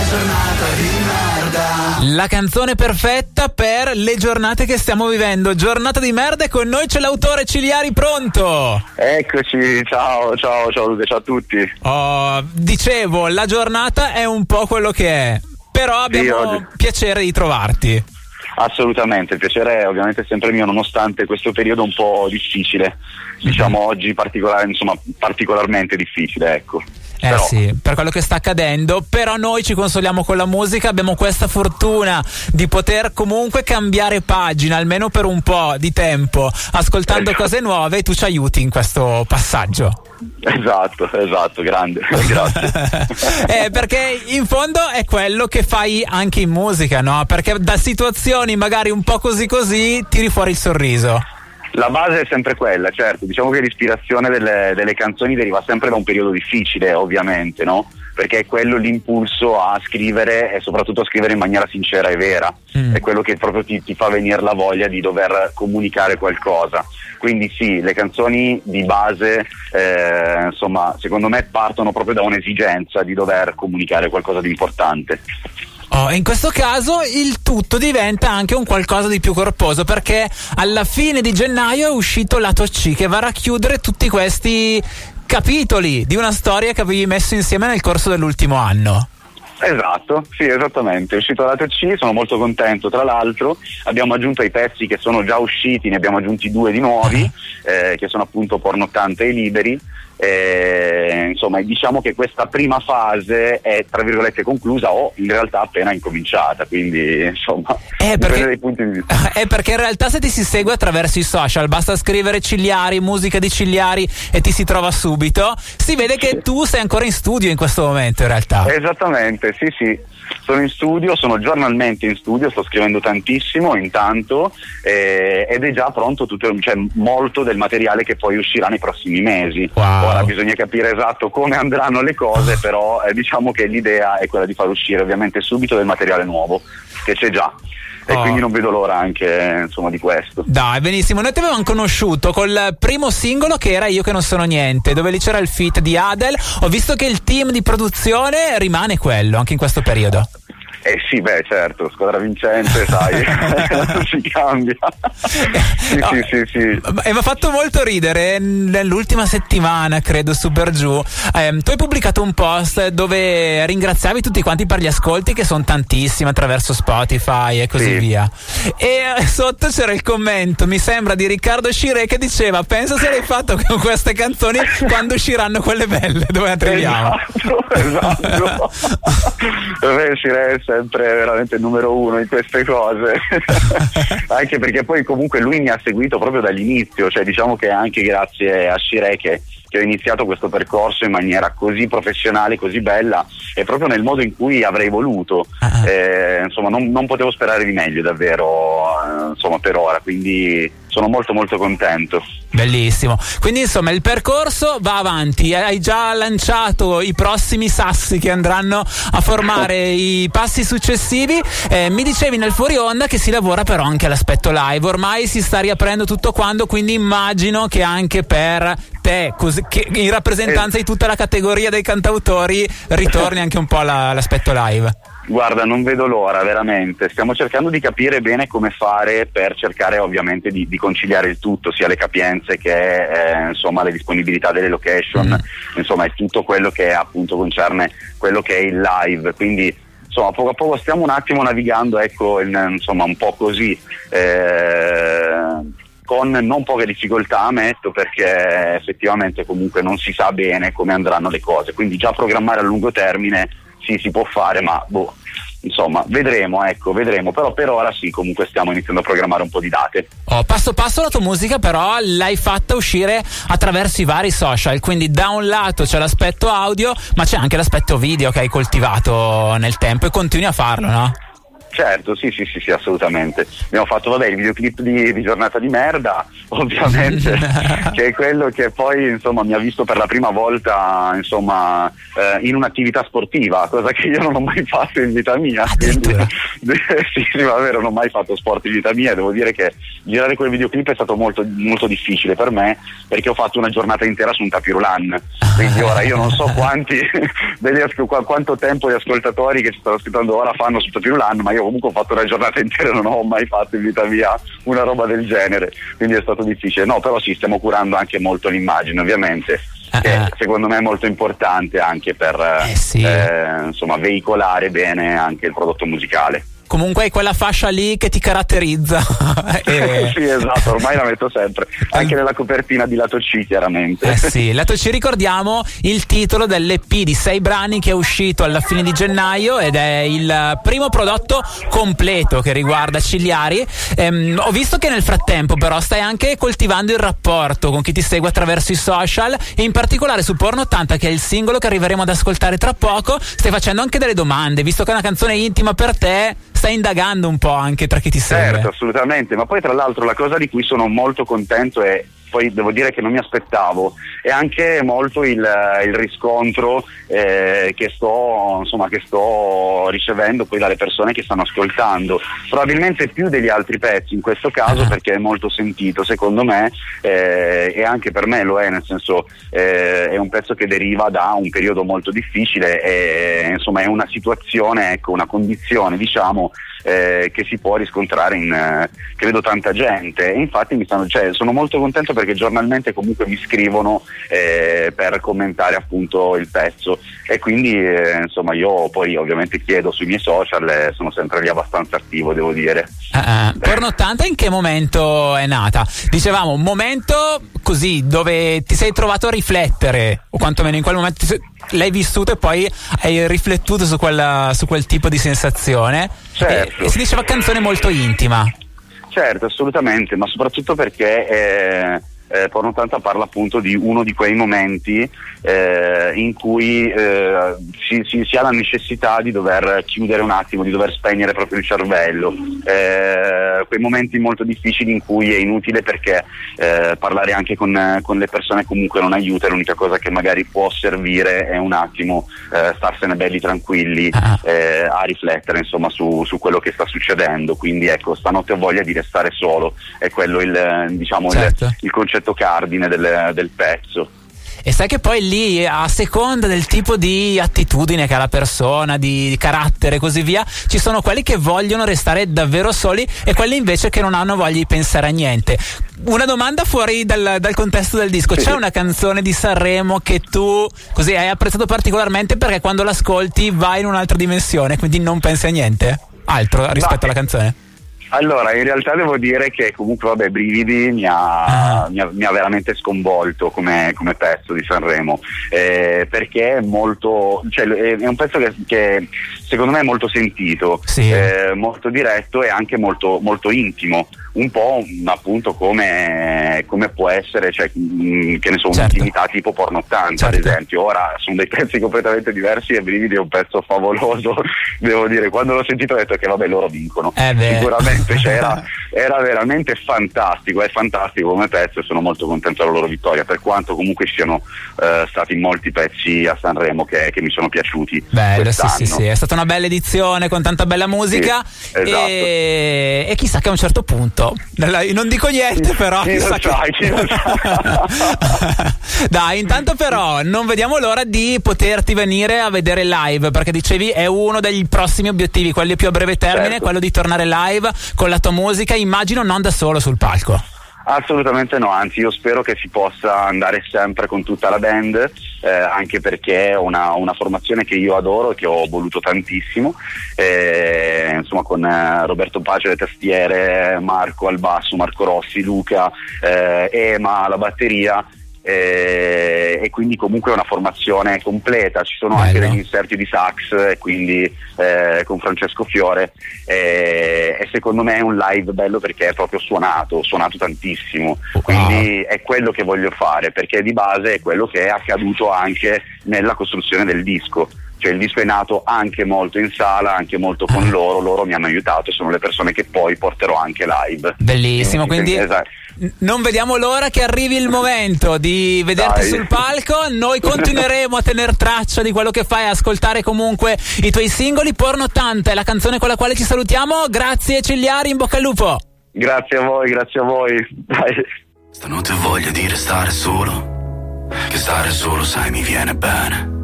giornata di merda. La canzone perfetta per le giornate che stiamo vivendo. Giornata di merda, e con noi c'è l'autore Ciliari. Pronto? Eccoci, ciao Luca, ciao a tutti. Dicevo, la giornata è un po' quello che è, però abbiamo piacere di trovarti. Assolutamente, il piacere è ovviamente sempre mio, nonostante questo periodo un po' difficile, diciamo oggi particolarmente difficile, ecco. Però. Sì, per quello che sta accadendo, però noi ci consoliamo con la musica, abbiamo questa fortuna di poter comunque cambiare pagina, almeno per un po' di tempo, ascoltando cose nuove, e tu ci aiuti in questo passaggio. Esatto, grande, grazie. Perché in fondo è quello che fai anche in musica, no? Perché da situazioni magari un po' così tiri fuori il sorriso. La base è sempre quella, certo, diciamo che l'ispirazione delle canzoni deriva sempre da un periodo difficile, ovviamente, no? Perché è quello l'impulso a scrivere, e soprattutto a scrivere in maniera sincera e vera, è quello che proprio ti fa venire la voglia di dover comunicare qualcosa. Quindi sì, le canzoni di base, secondo me partono proprio da un'esigenza di dover comunicare qualcosa di importante. In questo caso il tutto diventa anche un qualcosa di più corposo, perché alla fine di gennaio è uscito Lato C, che va a racchiudere tutti questi capitoli di una storia che avevi messo insieme nel corso dell'ultimo anno. Esatto, sì, esattamente, è uscito Lato C, sono molto contento. Tra l'altro abbiamo aggiunto ai pezzi che sono già usciti, ne abbiamo aggiunti 2 di nuovi, che sono appunto Porno 80 e Liberi. Insomma, diciamo che questa prima fase è tra virgolette conclusa, o in realtà appena incominciata, quindi insomma dipende dai punti di vista. Perché in realtà se ti si segue attraverso i social, basta scrivere Ciliari, musica di Ciliari, e ti si trova subito, si vede che tu sei ancora in studio in questo momento, in realtà. Esattamente, sì, sono in studio, sono giornalmente in studio, sto scrivendo tantissimo intanto, ed è già pronto molto del materiale che poi uscirà nei prossimi mesi. Wow. Ora bisogna capire esatto come andranno le cose, però diciamo che l'idea è quella di far uscire ovviamente subito del materiale nuovo, che c'è già. E quindi non vedo l'ora anche di questo. Dai, benissimo. Noi ti avevamo conosciuto col primo singolo, che era Io che non sono niente, dove lì c'era il feat di Adele. Ho visto che il team di produzione rimane quello anche in questo periodo. Sì, certo, squadra vincente, sai, non si cambia. Sì. E mi ha fatto molto ridere nell'ultima settimana, credo, su per giù. Tu hai pubblicato un post dove ringraziavi tutti quanti per gli ascolti, che sono tantissimi attraverso Spotify e così via. E sotto c'era il commento, mi sembra, di Riccardo Scirè, che diceva: pensa se l'hai fatto con queste canzoni quando usciranno quelle belle, dove la troviamo. Esatto. Scirè è sempre veramente il numero 1 in queste cose. Anche perché poi comunque lui mi ha seguito proprio dall'inizio, cioè diciamo che anche grazie a Scirè che ho iniziato questo percorso in maniera così professionale, così bella, e proprio nel modo in cui avrei voluto. Non potevo sperare di meglio davvero, per ora, quindi sono molto molto contento. Bellissimo. Quindi insomma il percorso va avanti, hai già lanciato i prossimi sassi che andranno a formare i passi successivi. Mi dicevi nel fuori onda che si lavora però anche all'aspetto live, ormai si sta riaprendo tutto quanto, quindi immagino che anche per te, che in rappresentanza di tutta la categoria dei cantautori, ritorni anche un po' l'aspetto live. Guarda, non vedo l'ora, veramente. Stiamo cercando di capire bene come fare per cercare ovviamente di conciliare il tutto, sia le capienze che le disponibilità delle location, insomma è tutto quello che appunto concerne quello che è il live. Quindi insomma poco a poco stiamo un attimo navigando, un po' così, con non poche difficoltà, ammetto, perché effettivamente comunque non si sa bene come andranno le cose, quindi già programmare a lungo termine sì, si può fare, ma vedremo, però per ora sì, comunque stiamo iniziando a programmare un po' di date. Passo passo la tua musica però l'hai fatta uscire attraverso i vari social, quindi da un lato c'è l'aspetto audio, ma c'è anche l'aspetto video che hai coltivato nel tempo e continui a farlo, no? Certo, sì, assolutamente. Abbiamo fatto, il videoclip di Giornata di merda, ovviamente, che è quello che poi, insomma, mi ha visto per la prima volta, insomma, in un'attività sportiva, cosa che io non ho mai fatto in vita mia. Quindi, sì, vabbè, non ho mai fatto sport in vita mia, devo dire che girare quel videoclip è stato molto, molto difficile per me, perché ho fatto una giornata intera su un tapirulan. Quindi ora io non so quanto tempo gli ascoltatori che ci stanno ascoltando ora fanno su tapirulan, ma io comunque ho fatto una giornata intera e non ho mai fatto in vita mia una roba del genere, quindi è stato difficile. No, però sì, stiamo curando anche molto l'immagine, ovviamente, che secondo me è molto importante anche per insomma, veicolare bene anche il prodotto musicale. Comunque è quella fascia lì che ti caratterizza. Sì, esatto, ormai la metto sempre, anche nella copertina di Lato C, chiaramente. Sì, Lato C, ricordiamo il titolo dell'EP di 6 brani che è uscito alla fine di gennaio ed è il primo prodotto completo che riguarda Cigliari. Ho visto che nel frattempo però stai anche coltivando il rapporto con chi ti segue attraverso i social e in particolare su Porno 80, che è il singolo che arriveremo ad ascoltare tra poco, stai facendo anche delle domande, visto che è una canzone intima per te. Stai indagando un po' anche tra chi ti segue. Certo, assolutamente, ma poi tra l'altro la cosa di cui sono molto contento è, poi devo dire che non mi aspettavo, è anche molto il riscontro che sto ricevendo poi dalle persone che stanno ascoltando, probabilmente più degli altri pezzi in questo caso, perché è molto sentito secondo me, e anche per me lo è, nel senso è un pezzo che deriva da un periodo molto difficile e insomma è una situazione, ecco, una condizione, diciamo, che si può riscontrare in credo tanta gente, e infatti sono molto contento perché giornalmente comunque mi scrivono per commentare appunto il pezzo, e quindi insomma io poi ovviamente chiedo sui miei social, sono sempre lì abbastanza attivo, devo dire. Porno 80 in che momento è nata? Dicevamo un momento così dove ti sei trovato a riflettere, o quantomeno in quel momento l'hai vissuto e poi hai riflettuto su quel tipo di sensazione. Certo. E si diceva canzone molto intima. Certo, assolutamente, ma soprattutto perché Porno 80 parla appunto di uno di quei momenti in cui si ha la necessità di dover chiudere un attimo, di dover spegnere proprio il cervello, quei momenti molto difficili in cui è inutile, perché parlare anche con le persone comunque non aiuta, l'unica cosa che magari può servire è un attimo starsene belli tranquilli a riflettere insomma su quello che sta succedendo. Quindi ecco, stanotte ho voglia di restare solo, è quello certo. il concetto cardine del pezzo. E sai che poi lì, a seconda del tipo di attitudine che ha la persona, di carattere e così via, ci sono quelli che vogliono restare davvero soli e quelli invece che non hanno voglia di pensare a niente. Una domanda fuori dal contesto del disco: c'è una canzone di Sanremo che tu così hai apprezzato particolarmente perché quando l'ascolti vai in un'altra dimensione, quindi non pensi a niente altro rispetto alla canzone? Allora, in realtà devo dire che comunque Brividi mi ha veramente sconvolto come pezzo di Sanremo, perché è molto, è un pezzo che secondo me è molto sentito, sì. Molto diretto e anche molto, molto intimo, un po' appunto come può essere, che ne so, un'intimità tipo Porno 80 ad esempio. Ora sono dei pezzi completamente diversi e Brividi è un pezzo favoloso, devo dire. Quando l'ho sentito ho detto che loro vincono, sicuramente. Era veramente fantastico, è fantastico come pezzo e sono molto contento della loro vittoria, per quanto comunque ci siano stati molti pezzi a Sanremo che mi sono piaciuti. Bello, sì, è stata una bella edizione con tanta bella musica, sì, esatto. E chissà che a un certo punto, non dico niente, però chi lo sa. Dai, intanto però non vediamo l'ora di poterti venire a vedere live, perché dicevi è uno degli prossimi obiettivi, quelli più a breve termine, certo. Quello di tornare live con la tua musica, immagino non da solo sul palco. Assolutamente no, anzi io spero che si possa andare sempre con tutta la band, anche perché è una formazione che io adoro e che ho voluto tantissimo, insomma con Roberto Pace alle tastiere, Marco al basso, Marco Rossi, Luca, Ema alla batteria. e quindi comunque è una formazione completa, ci sono anche degli inserti di sax, e quindi con Francesco Fiore, e secondo me è un live bello perché è proprio suonato tantissimo, quindi è quello che voglio fare, perché di base è quello che è accaduto anche nella costruzione del disco. Cioè il disco è nato anche molto in sala, anche molto con loro mi hanno aiutato, sono le persone che poi porterò anche live. Bellissimo, quindi esatto. Non vediamo l'ora che arrivi il momento di vederti sul palco. Noi continueremo a tener traccia di quello che fai, a ascoltare comunque i tuoi singoli. Porno 80 è la canzone con la quale ci salutiamo. Grazie Cigliari, in bocca al lupo. Grazie a voi. Dai. Stanotte ho voglia di restare solo, che stare solo sai mi viene bene.